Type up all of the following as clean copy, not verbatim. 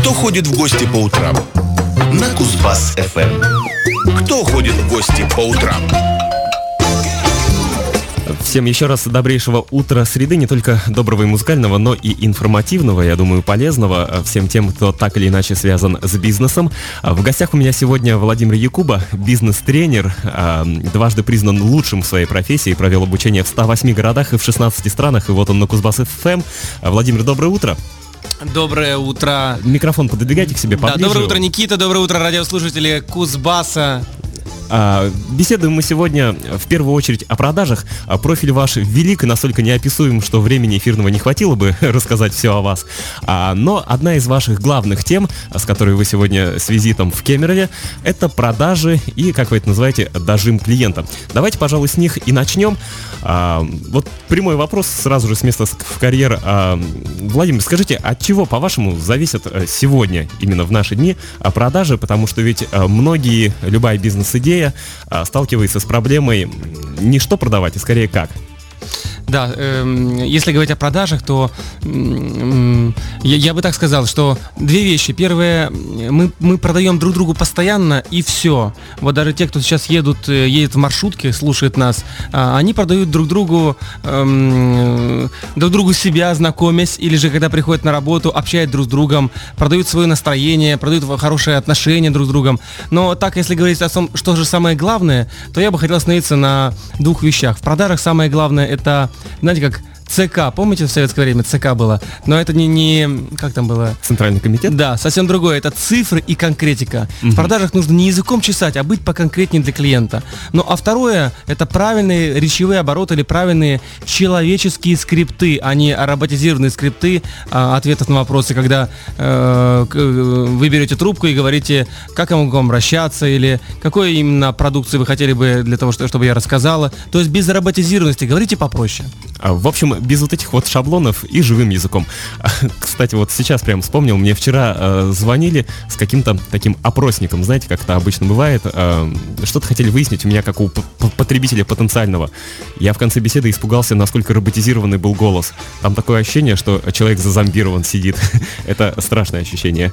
Кто ходит в гости по утрам? На Кузбасс-ФМ. Кто ходит в гости по утрам? Всем еще раз добрейшего утра среды, не только доброго и музыкального, но и информативного, я думаю, полезного всем тем, кто так или иначе связан с бизнесом. В гостях у меня сегодня Владимир Якуба, бизнес-тренер, дважды признан лучшим в своей профессии, провел обучение в 108 городах и в 16 странах, и вот он на Кузбасс-ФМ. Владимир, доброе утро. Доброе утро. Микрофон пододвигайте к себе поближе. Да, доброе утро, Никита, доброе утро, радиослушатели Кузбасса. Беседуем мы сегодня в первую очередь о продажах. Профиль ваш велик и настолько неописуем, что времени эфирного не хватило бы рассказать все о вас. Но одна из ваших главных тем, с которой вы сегодня с визитом в Кемерове, это продажи и, как вы это называете, дожим клиента. Давайте, пожалуй, с них и начнем. Вот прямой вопрос сразу же с места в карьер. Владимир, скажите, от чего, по-вашему, зависят сегодня, именно в наши дни, продажи? Потому что ведь любая бизнес-идея сталкивается с проблемой не что продавать, а скорее как. Да, если говорить о продажах, то я бы так сказал, что две вещи. Первое, мы продаем друг другу постоянно, и все. Вот даже те, кто сейчас едет в маршрутке, слушает нас, они продают друг другу себя, знакомясь, или же когда приходят на работу, общают друг с другом, продают свое настроение, продают хорошие отношения друг с другом. Но так, если говорить о том, что же самое главное, то я бы хотел остановиться на двух вещах. В продажах самое главное — это, знаете, как ЦК, помните, в советское время ЦК было? Но это не как там было? Центральный комитет? Да, совсем другое. Это цифры и конкретика. В продажах нужно не языком чесать, а быть поконкретнее для клиента. Ну, а второе, это правильные речевые обороты или правильные человеческие скрипты, а не роботизированные скрипты ответов на вопросы, когда вы берете трубку и говорите, как я могу к вам обращаться, или какой именно продукцию вы хотели бы для того, чтобы я рассказала. То есть без роботизированности, говорите попроще. В общем, без вот этих вот шаблонов и живым языком. Кстати, вот сейчас прям вспомнил, мне вчера звонили с каким-то таким опросником, знаете, как это обычно бывает, что-то хотели выяснить у меня, как у потребителя потенциального. Я в конце беседы испугался, насколько роботизированный был голос. Там такое ощущение, что человек зазомбирован сидит. Это страшное ощущение.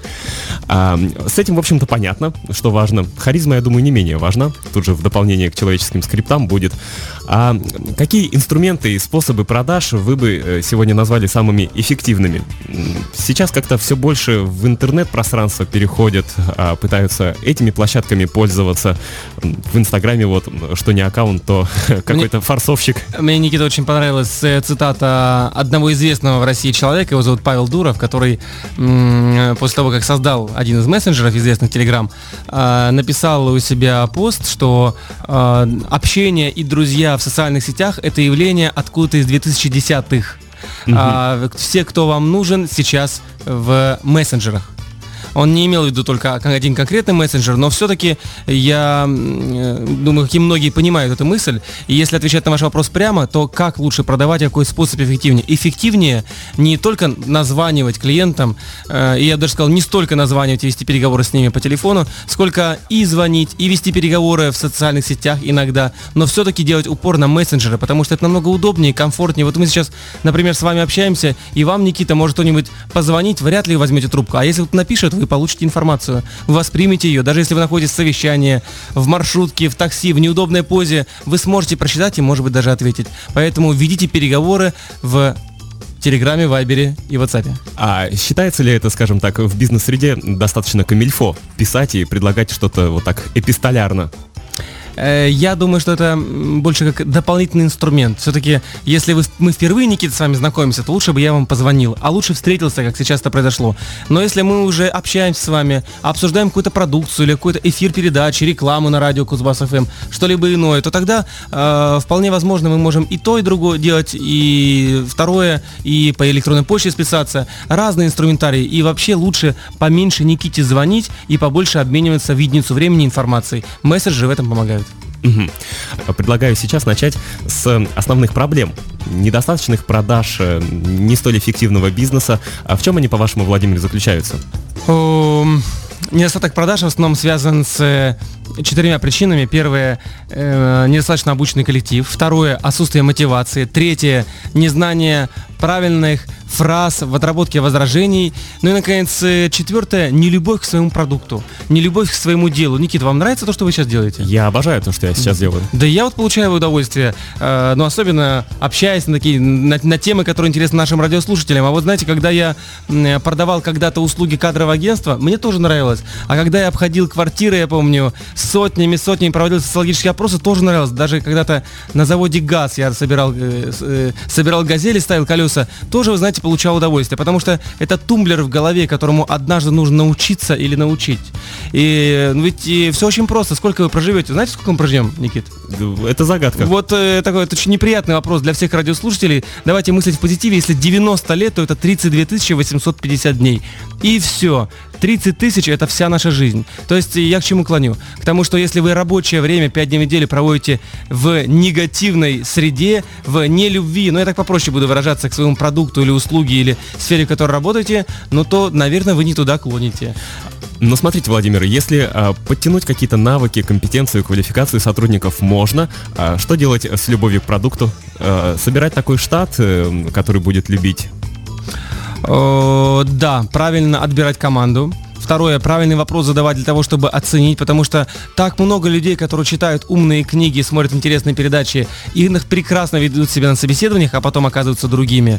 С этим, в общем-то, понятно, что важно. Харизма, я думаю, не менее важна. Тут же в дополнение к человеческим скриптам будет. А какие инструменты и способы продаж вы бы сегодня назвали самыми эффективными? Сейчас как-то все больше в интернет-пространство переходят, пытаются этими площадками пользоваться. В Инстаграме вот, что не аккаунт, то какой-то форсовщик. Мне, Никита, очень понравилась цитата одного известного в России человека, его зовут Павел Дуров, который после того, как создал один из мессенджеров известных, Telegram, написал у себя пост, что общение и друзья в социальных сетях — это явление откуда-то из 2010-х. Все, кто вам нужен сейчас в мессенджерах. Он не имел в виду только один конкретный мессенджер, но все-таки я думаю, как и многие понимают эту мысль. И если отвечать на ваш вопрос прямо, то как лучше продавать, какой способ эффективнее? Эффективнее не только названивать клиентам, и я даже сказал, не столько названивать и вести переговоры с ними по телефону, сколько и звонить, и вести переговоры в социальных сетях иногда, но все-таки делать упор на мессенджеры, потому что это намного удобнее, комфортнее. Вот мы сейчас, например, с вами общаемся, и вам, Никита, может кто-нибудь позвонить, вряд ли вы возьмете трубку. А если кто-то напишет, вы получите информацию, вы воспримете ее. Даже если вы находитесь в совещании, в маршрутке, в такси, в неудобной позе, вы сможете прочитать и, может быть, даже ответить. Поэтому ведите переговоры в Телеграме, Вайбере и Ватсапе. А считается ли это, скажем так, в бизнес-среде достаточно камильфо писать и предлагать что-то вот так эпистолярно? Я думаю, что это больше как дополнительный инструмент. Все-таки, если мы впервые, Никита, с вами знакомимся, то лучше бы я вам позвонил, а лучше встретился, как сейчас это произошло. Но если мы уже общаемся с вами, обсуждаем какую-то продукцию или какой-то эфир передачи, рекламу на радио Кузбасс-ФМ, что-либо иное, то тогда вполне возможно мы можем и то, и другое делать, и второе, и по электронной почте списаться. Разные инструментарии. И вообще лучше поменьше Никите звонить и побольше обмениваться в единицу времени информацией. Мессенджеры в этом помогают. Предлагаю сейчас начать с основных проблем. Недостаточных продаж, не столь эффективного бизнеса. А в чем они, по-вашему, Владимир, заключаются? Недостаток продаж в основном связан с 4 причинами. Первое – недостаточно обученный коллектив. Второе – отсутствие мотивации. Третье – незнание правильных фраз, в отработке возражений. Ну и, наконец, четвертое, нелюбовь к своему продукту, нелюбовь к своему делу. Никита, вам нравится то, что вы сейчас делаете? Я обожаю то, что я сейчас делаю. Да я вот получаю удовольствие, но особенно общаясь на темы, которые интересны нашим радиослушателям. А вот знаете, когда я продавал когда-то услуги кадрового агентства, мне тоже нравилось. А когда я обходил квартиры, я помню, сотнями проводил социологические опросы, тоже нравилось. Даже когда-то на заводе ГАЗ я собирал газели, ставил колеса, тоже, вы знаете, получал удовольствие. Потому что это тумблер в голове, которому однажды нужно научиться или научить. И ведь все очень просто. Сколько вы проживете? Знаете, сколько мы проживем, Никит? Это загадка. Вот такой это очень неприятный вопрос для всех радиослушателей. Давайте мыслить в позитиве. Если 90 лет, то это 32 850 дней. И все. 30 тысяч — это вся наша жизнь. То есть я к чему клоню? К тому, что если вы рабочее время 5 дней в неделю проводите в негативной среде, в нелюбви, я так попроще буду выражаться, к своему продукту или услуге, или сфере, в которой работаете, то, наверное, вы не туда клоните. Но смотрите, Владимир, если подтянуть какие-то навыки, компетенцию, квалификацию сотрудников можно, что делать с любовью к продукту? Собирать такой штат, который будет любить? Да, правильно отбирать команду. Второе, правильный вопрос задавать для того, чтобы оценить, потому что так много людей, которые читают умные книги, смотрят интересные передачи и прекрасно ведут себя на собеседованиях, а потом оказываются другими.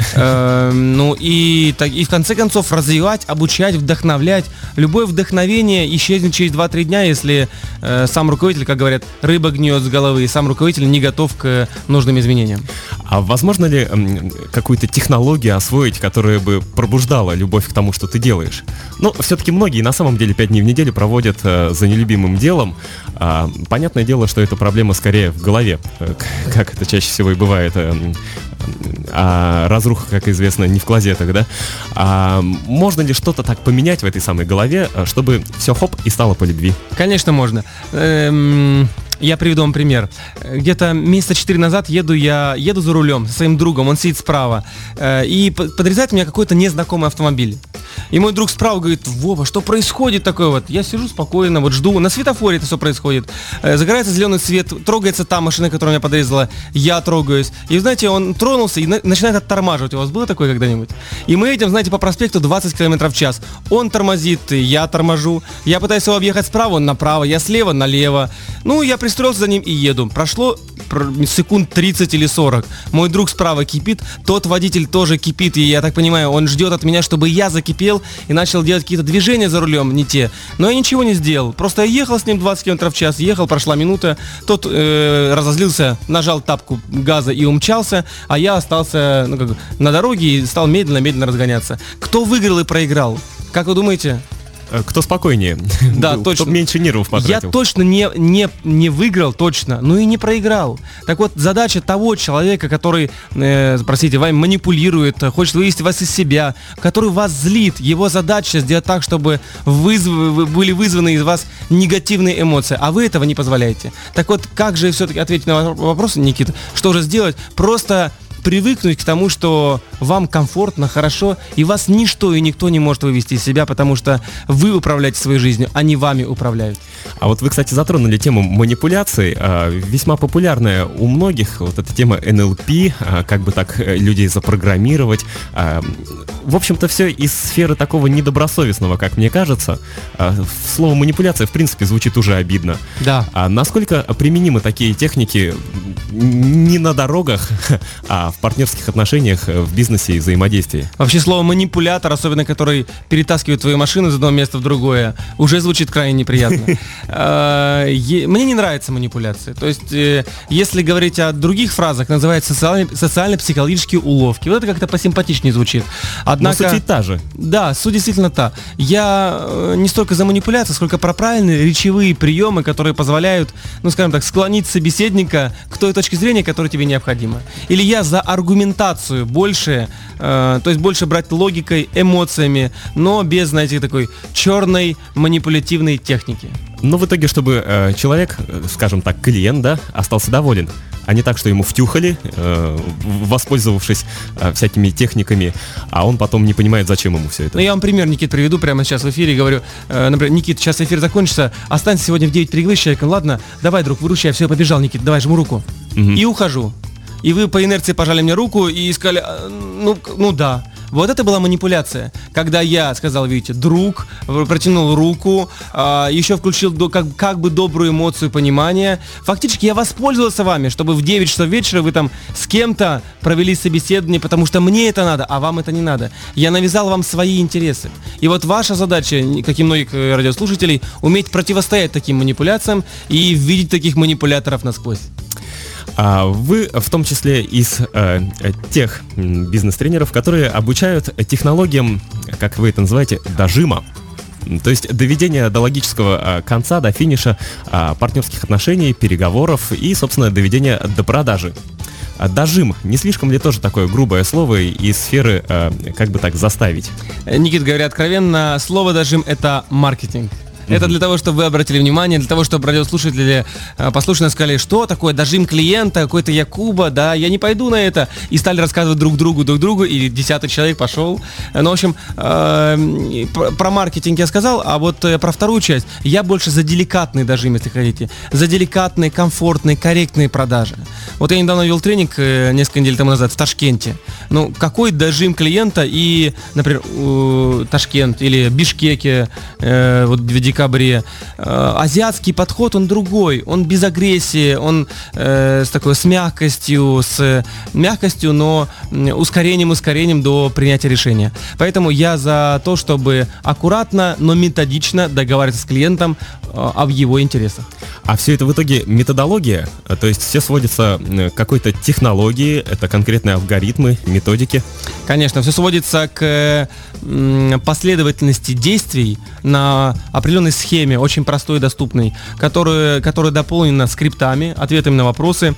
И в конце концов развивать, обучать, вдохновлять. Любое вдохновение исчезнет через 2-3 дня, если сам руководитель, как говорят, рыба гниет с головы, и сам руководитель не готов к нужным изменениям. А возможно ли какую-то технологию освоить, которая бы пробуждала любовь к тому, что ты делаешь? Все-таки многие на самом деле 5 дней в неделю проводят за нелюбимым делом. Понятное дело, что эта проблема скорее в голове, как это чаще всего и бывает. А разруха, как известно, не в клозетах, да? Можно ли что-то так поменять в этой самой голове, чтобы все хоп и стало по любви? Конечно, можно. Я приведу вам пример. Где-то месяца 4 назад еду за рулем со своим другом, он сидит справа, и подрезает меня какой-то незнакомый автомобиль. И мой друг справа говорит: Вова, что происходит такое вот? Я сижу спокойно, жду, на светофоре это все происходит. Загорается зеленый свет, трогается та машина, которая меня подрезала, я трогаюсь. И, знаете, он тронулся и начинает оттормаживать. У вас было такое когда-нибудь? И мы едем, знаете, по проспекту 20 км в час. Он тормозит, я торможу. Я пытаюсь его объехать справа, он направо, я слева, налево. Я пристроился за ним и еду. Прошло секунд 30 или 40. Мой друг справа кипит, тот водитель тоже кипит, и я так понимаю, он ждет от меня, чтобы я закипел и начал делать какие-то движения за рулем не те. Но я ничего не сделал. Просто я ехал с ним 20 км в час, прошла минута, тот разозлился, нажал тапку газа и умчался, а я остался на дороге и стал медленно разгоняться. Кто выиграл и проиграл? Как вы думаете? Кто спокойнее? Да, точно. Кто меньше нервов потратил? Я точно не выиграл, точно, но и не проиграл. Так вот, задача того человека, который, вами манипулирует, хочет вывести вас из себя, который вас злит, его задача сделать так, чтобы были вызваны из вас негативные эмоции, а вы этого не позволяете. Так вот, как же все-таки ответить на вопрос, Никита? Что же сделать? Просто привыкнуть к тому, что вам комфортно, хорошо, и вас ничто и никто не может вывести из себя, потому что вы управляете своей жизнью, а не вами управляют. А вот вы, кстати, затронули тему манипуляций. Весьма популярная у многих вот эта тема НЛП, как бы так людей запрограммировать. В общем-то, все из сферы такого недобросовестного, как мне кажется. Слово манипуляция, в принципе, звучит уже обидно. Да. А насколько применимы такие техники не на дорогах, а в партнерских отношениях, в бизнесе и взаимодействии? Вообще слово манипулятор, особенно который перетаскивает твою машину из одного места в другое, уже звучит крайне неприятно. Мне не нравятся манипуляции. То есть, если говорить о других фразах, называется социально-психологические уловки. Вот это как-то посимпатичнее звучит. Однако, но суть ведь та же. Да, суть действительно та. Я не столько за манипуляции, сколько про правильные речевые приемы, которые позволяют, скажем так, склонить собеседника к той точке зрения, которая тебе необходима. Или я за аргументацию больше, то есть больше брать логикой, эмоциями, но без, знаете, такой черной манипулятивной техники. Но в итоге, чтобы человек, скажем так, клиент, да, остался доволен, а не так, что ему втюхали, воспользовавшись всякими техниками, а он потом не понимает, зачем ему все это. Я вам пример, Никит, приведу прямо сейчас в эфире, говорю, например: Никит, сейчас эфир закончится, останься сегодня в 9 переговорить с человеком, ладно? Давай, друг, выручай, все, побежал, Никит, давай, жму руку. И ухожу. и вы по инерции пожали мне руку и сказали, ну да. Вот это была манипуляция, когда я сказал, видите, друг, протянул руку, еще включил как бы добрую эмоцию понимания. Фактически я воспользовался вами, чтобы в 9 часов вечера вы там с кем-то провели собеседование, потому что мне это надо, а вам это не надо. Я навязал вам свои интересы. И вот ваша задача, как и многих радиослушателей, уметь противостоять таким манипуляциям и видеть таких манипуляторов насквозь. А вы в том числе из тех бизнес-тренеров, которые обучают технологиям, как вы это называете, дожима. То есть доведение до логического конца, до финиша партнерских отношений, переговоров и, собственно, доведение до продажи. Дожим, не слишком ли тоже такое грубое слово из сферы, как бы так, заставить? Никит, говоря откровенно, слово дожим — это маркетинг. Это для того, чтобы вы обратили внимание, для того, чтобы радиослушатели послушали, сказали, что такое дожим клиента, какой-то Якуба, да, я не пойду на это. И стали рассказывать друг другу, и 10-й человек пошел. Ну, в общем, про маркетинг я сказал, а вот про вторую часть. Я больше за деликатный дожим, если хотите. За деликатные, комфортные, корректные продажи. Вот я недавно вел тренинг, несколько недель тому назад, в Ташкенте. Ну, какой дожим клиента и, например, Ташкент или Бишкеке, вот в декабре. Азиатский подход, он другой, он без агрессии, он с мягкостью, но ускорением до принятия решения. Поэтому я за то, чтобы аккуратно, но методично договариваться с клиентом об его интересах. А все это в итоге методология, то есть все сводится к какой-то технологии, это конкретные алгоритмы, методики? Конечно, все сводится к последовательности действий на определенной схеме, очень простой и доступной, которая дополнена скриптами, ответами на вопросы.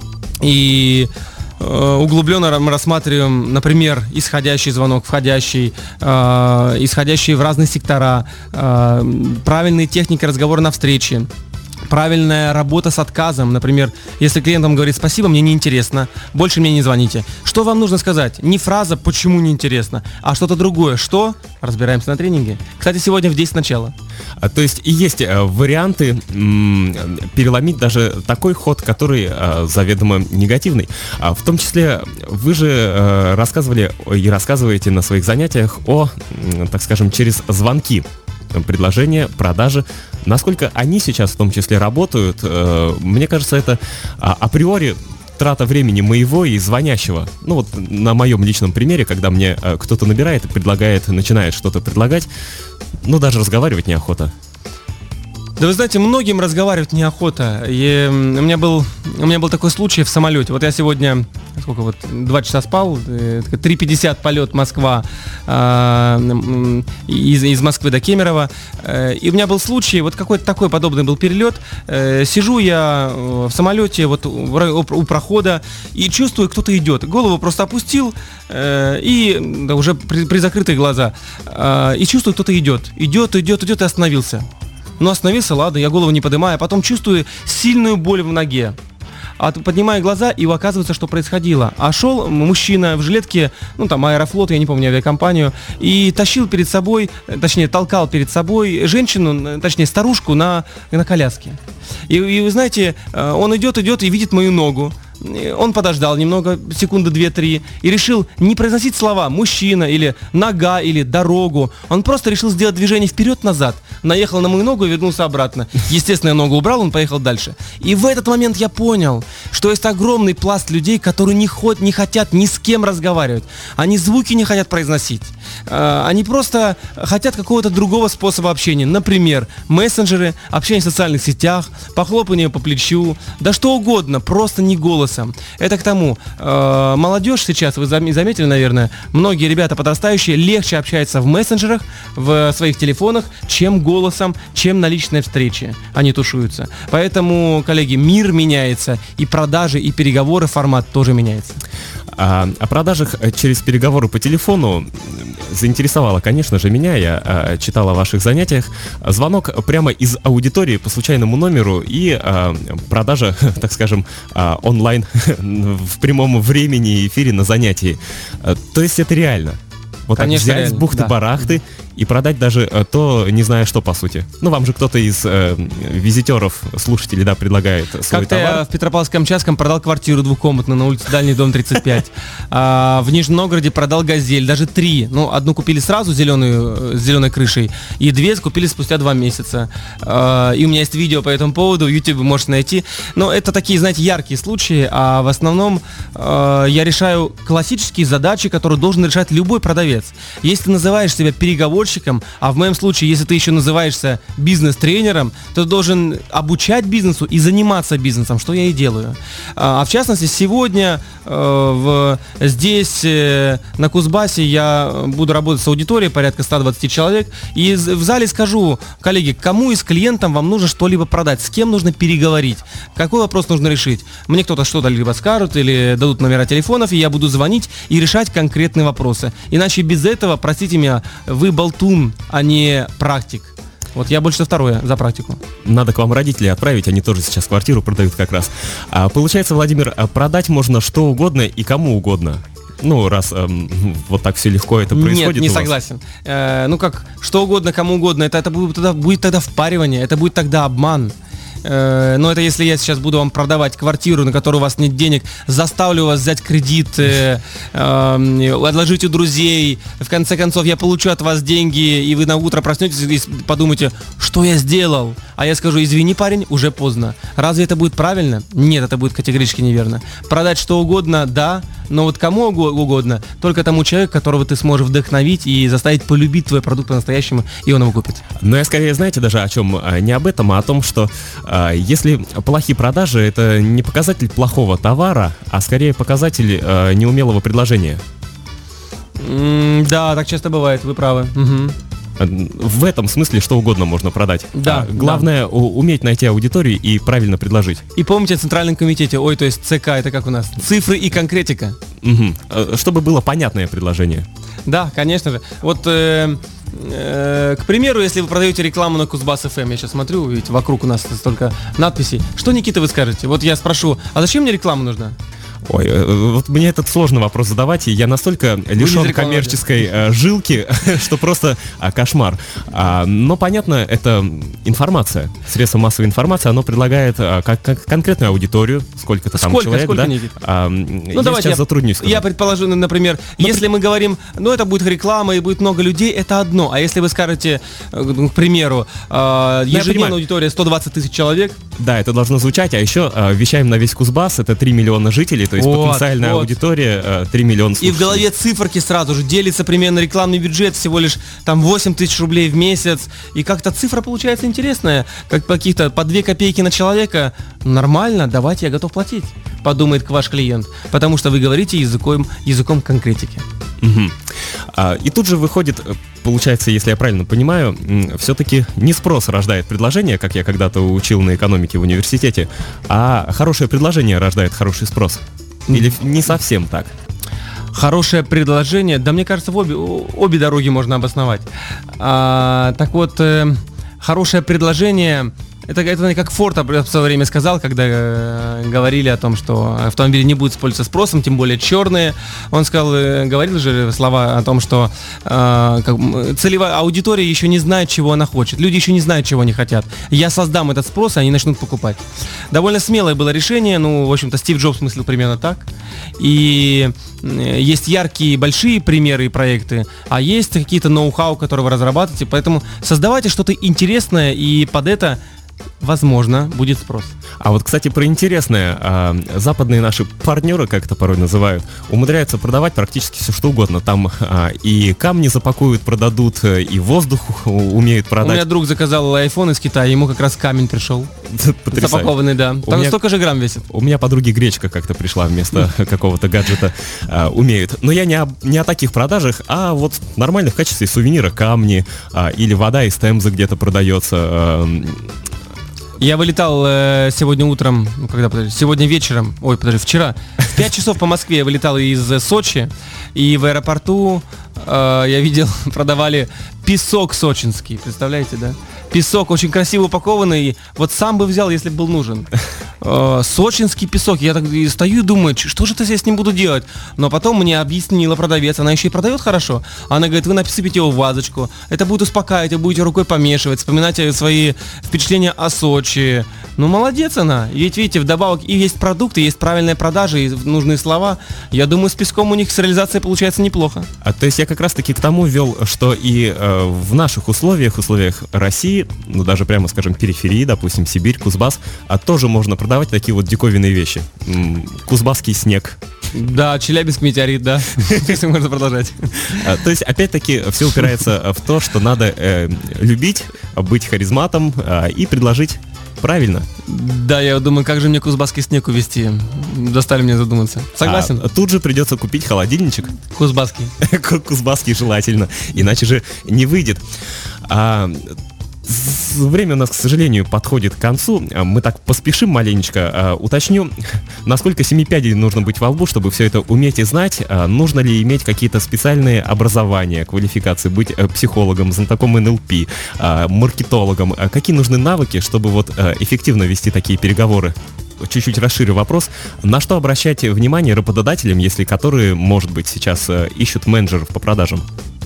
И углубленно мы рассматриваем, например, исходящий звонок, входящий, исходящие в разные сектора, правильные техники разговора на встрече, правильная работа с отказом. Например, если клиент вам говорит: спасибо, мне неинтересно, больше мне не звоните. Что вам нужно сказать? Не фраза «почему неинтересно», а что-то другое. Что? Разбираемся на тренинге. Кстати, сегодня в 10 начала. То есть и есть варианты переломить даже такой ход, который заведомо негативный. В том числе вы же рассказывали и рассказываете на своих занятиях о, так скажем, через звонки. Предложения, продажи. Насколько они сейчас в том числе работают, мне кажется, это априори трата времени моего и звонящего. Ну вот на моем личном примере, когда мне кто-то набирает и начинает что-то предлагать, ну даже разговаривать неохота. Да вы знаете, многим разговаривать неохота. И у меня был такой случай в самолете. Вот я сегодня, 2 часа спал, 3:50 полет Москва, из Москвы до Кемерово. И у меня был случай, вот какой-то такой подобный был перелет. Сижу я в самолете, вот у прохода, и чувствую, кто-то идет. Голову просто опустил, и уже при закрытых глаза. И чувствую, кто-то идет, и остановился. Но остановился, ладно, я голову не поднимаю, а потом чувствую сильную боль в ноге. Поднимаю глаза, и оказывается, что происходило. А шел мужчина в жилетке, Аэрофлот, я не помню авиакомпанию, и толкал перед собой женщину, старушку на коляске. И вы знаете, он идет и видит мою ногу. Он подождал немного, секунды 2-3, и решил не произносить слова «мужчина» или «нога» или «дорогу». Он просто решил сделать движение вперед-назад, наехал на мою ногу и вернулся обратно. Естественно, я ногу убрал, он поехал дальше. И в этот момент я понял, что есть огромный пласт людей, которые не хотят ни с кем разговаривать. Они звуки не хотят произносить. Они просто хотят какого-то другого способа общения. Например, мессенджеры, общение в социальных сетях, похлопывание по плечу, да что угодно, просто не голосом. Это к тому, молодежь сейчас, вы заметили, наверное, многие ребята подрастающие легче общаются в мессенджерах, в своих телефонах, чем голосом, чем на личной встрече. Они тушуются. Поэтому, коллеги, мир меняется, и продажи, и переговоры, формат тоже меняется. О продажах через переговоры по телефону заинтересовало, конечно же, меня. Я читал о ваших занятиях. Звонок прямо из аудитории по случайному номеру и продажа, так скажем, онлайн в прямом времени и эфире на занятии. То есть это реально. Вот конечно, так взять с бухты-барахты и продать даже то, не зная что, по сути. Ну, вам же кто-то из визитеров, слушателей, да, предлагает свой Как-то товар. я в Петропавловск-Камчатском продал квартиру двухкомнатную на улице Дальний дом 35. В Нижнем Новгороде продал «Газель», даже 3. Ну, одну купили сразу зеленую, с зеленой крышей, и 2 купили спустя 2 месяца. И у меня есть видео по этому поводу, в YouTube вы можете найти. Но это такие, знаете, яркие случаи, а в основном я решаю классические задачи, которые должен решать любой продавец. Если ты называешь себя переговорщиком, а в моем случае, если ты еще называешься бизнес-тренером, то ты должен обучать бизнесу и заниматься бизнесом, что я и делаю. А в частности, сегодня здесь, на Кузбассе, я буду работать с аудиторией, порядка 120 человек, и в зале скажу: коллеги, кому из клиентов вам нужно что-либо продать, с кем нужно переговорить, какой вопрос нужно решить. Мне кто-то что-то либо скажут, или дадут номера телефонов, и я буду звонить и решать конкретные вопросы. Иначе без этого, простите меня, вы болтун, а не практик. Вот я больше второе, за практику. Надо к вам родителей отправить, они тоже сейчас квартиру продают как раз. Получается, Владимир, продать можно что угодно и кому угодно. Ну, раз вот так все легко это происходит. Нет, не у вас. согласен. Ну как, что угодно, кому угодно, это будет тогда впаривание, это будет тогда обман. Но это если я сейчас буду вам продавать квартиру, на которую у вас нет денег, заставлю вас взять кредит, отложить у друзей, в конце концов я получу от вас деньги, и вы на утро проснетесь и подумаете, что я сделал? А я скажу: извини, парень, уже поздно. Разве это будет правильно? Нет, это будет категорически неверно. Продать что угодно, да, но вот кому угодно, только тому человеку, которого ты сможешь вдохновить и заставить полюбить твой продукт по-настоящему, и он его купит. Но я скорее, знаете, даже о чем, не об этом, а о том, что если плохие продажи, это не показатель плохого товара, а скорее показатель неумелого предложения. Да, так часто бывает, вы правы. Угу. В этом смысле что угодно можно продать. Да, главное уметь найти аудиторию и правильно предложить. И помните о Центральном комитете, то есть ЦК, это как у нас, цифры и конкретика. Угу. Чтобы было понятное предложение. Да, конечно же. Вот, к примеру, если вы продаете рекламу на Кузбасс-ФМ, я сейчас смотрю, ведь вокруг у нас столько надписей. Что, Никита, вы скажете? Вот я спрошу, а зачем мне реклама нужна? Ой, вот мне этот сложный вопрос задавать, и я настолько лишен коммерческой жилки, что просто кошмар. Но понятно, это информация, средство массовой информации, оно предлагает конкретную аудиторию, сколько-то там человек, сколько, да? Никит? Я сейчас затруднюсь сказать. Я предположу, например, если мы говорим, это будет реклама и будет много людей, это одно. А если вы скажете, к примеру, ежедневная аудитория 120 тысяч человек. Да, это должно звучать, а еще вещаем на весь Кузбасс, это 3 миллиона жителей, то есть потенциальная аудитория 3 миллиона слушателей. И в голове циферки сразу же делится примерно рекламный бюджет, всего лишь там 8 тысяч рублей в месяц. И как-то цифра получается интересная, как каких-то по 2 копейки на человека. Нормально, давайте, я готов платить, подумает ваш клиент, потому что вы говорите языком конкретики. Угу. И тут же выходит, получается, если я правильно понимаю, все-таки не спрос рождает предложение, как я когда-то учил на экономике в университете, а хорошее предложение рождает хороший спрос. Или не совсем так? Хорошее предложение, да, мне кажется, обе дороги можно обосновать. Так вот, хорошее предложение... Это как Форд в свое время сказал, когда говорили о том, что автомобили не будут пользоваться спросом, тем более черные. Он говорил же слова о том, что целевая аудитория еще не знает, чего она хочет. Люди еще не знают, чего они хотят. Я создам этот спрос, и они начнут покупать. Довольно смелое было решение. В общем-то, Стив Джобс мыслил примерно так. И есть яркие, большие примеры и проекты, а есть какие-то ноу-хау, которые вы разрабатываете. Поэтому создавайте что-то интересное, и под это, возможно, будет спрос. А вот, кстати, про интересное. Западные наши партнеры, как это порой называют, умудряются продавать практически все, что угодно. Там и камни запакуют, продадут, и воздух умеют продать. У меня друг заказал iPhone из Китая, ему как раз камень пришел. Запакованный, да. Там столько же грамм весит. У меня подруге гречка как-то пришла вместо какого-то гаджета. Умеют. Но я не о таких продажах, а вот нормально в качестве сувенира камни или вода из Темзы где-то продается. Я вылетал сегодня утром, сегодня вечером, вчера, в 5 часов по Москве я вылетал из Сочи, и в аэропорту я видел, продавали песок сочинский, представляете, да? Песок очень красиво упакованный, вот сам бы взял, если бы был нужен. Сочинский песок, я так и стою и думаю, что же я с ним буду делать? Но потом мне объяснила продавец, она еще и продает хорошо. Она говорит, вы насыпите его в вазочку, это будет успокаивать, вы будете рукой помешивать, вспоминать свои впечатления о Сочи. Ну, молодец она. Ведь, видите, вдобавок и есть продукты, есть правильная продажа, и нужные слова. Я думаю, с песком у них с реализацией получается неплохо. То есть я как раз-таки к тому вел, что и в наших условиях России, ну даже прямо, скажем, периферии, допустим, Сибирь, Кузбасс, тоже можно продавать такие вот диковинные вещи. Кузбасский снег. Да, Челябинск метеорит, да. Если можно продолжать. То есть, опять-таки, все упирается в то, что надо любить, быть харизматом и предложить правильно. Да, я думаю, как же мне кузбасский снег увезти? Достали меня задуматься. Согласен? Тут же придется купить холодильничек. Кузбасский. Кузбасский желательно, иначе же не выйдет. Время у нас, к сожалению, подходит к концу. Мы так поспешим маленечко. Уточню, насколько семипядей нужно быть во лбу, чтобы все это уметь и знать. Нужно ли иметь какие-то специальные образования, квалификации, быть психологом, знатоком НЛП, маркетологом? Какие нужны навыки, чтобы вот эффективно вести такие переговоры? Чуть-чуть расширю вопрос. На что обращать внимание работодателям, если которые, может быть, сейчас ищут менеджеров по продажам?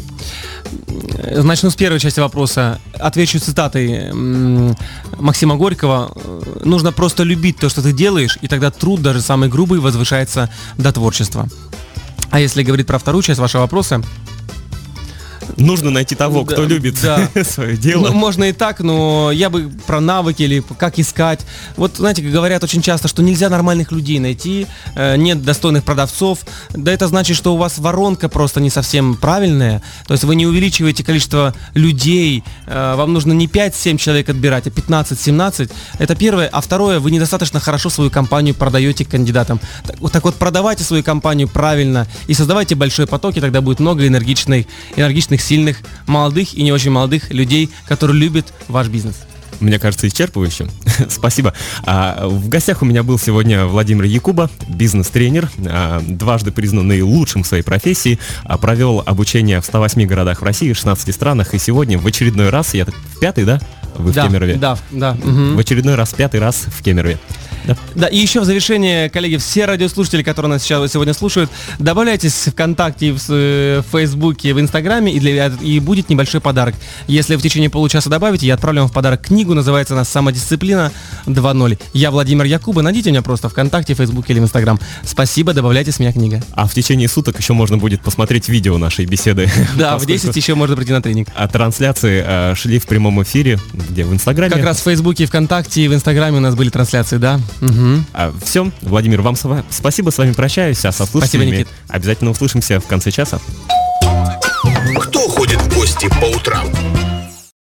Начну с первой части вопроса. Отвечу цитатой Максима Горького. Нужно просто любить то, что ты делаешь, и тогда труд, даже самый грубый, возвышается до творчества. А если говорить про вторую часть вашего вопроса, нужно найти того, кто любит свое дело. Ну, можно и так, но я бы про навыки или как искать. Вот, знаете, говорят очень часто, что нельзя нормальных людей найти, нет достойных продавцов. Да это значит, что у вас воронка просто не совсем правильная. То есть вы не увеличиваете количество людей. Вам нужно не 5-7 человек отбирать, а 15-17. Это первое. А второе, вы недостаточно хорошо свою компанию продаете кандидатам. Так вот, продавайте свою компанию правильно и создавайте большой поток, и тогда будет много энергичных, сильных, молодых и не очень молодых людей, которые любят ваш бизнес. Мне кажется, исчерпывающе. Спасибо. В гостях у меня был сегодня Владимир Якуба, бизнес-тренер, дважды признанный лучшим в своей профессии, провел обучение в 108 городах в России, в 16 странах, и сегодня в очередной раз, я так в пятый, да? Вы в Кемерове? Да. В очередной раз, 5-й раз в Кемерове. Да, и еще в завершение, коллеги, все радиослушатели, которые нас сегодня слушают, добавляйтесь в ВКонтакте, в Фейсбуке, в Инстаграме, и будет небольшой подарок. Если в течение получаса добавите, я отправлю вам в подарок книгу, называется она «Самодисциплина 2.0». Я Владимир Якуба, найдите меня просто ВКонтакте, Фейсбуке или в Инстаграм. Спасибо, добавляйте с меня книга. А в течение суток еще можно будет посмотреть видео нашей беседы. Да, в 10 еще можно прийти на тренинг. А трансляции шли в прямом эфире, где в Инстаграме. Как раз в Фейсбуке, ВКонтакте и в Инстаграме у нас были трансляции, да. Все, Владимир, вам спасибо, с вами прощаюсь, а со слушателями обязательно услышимся в конце часа. Кто ходит в гости по утрам?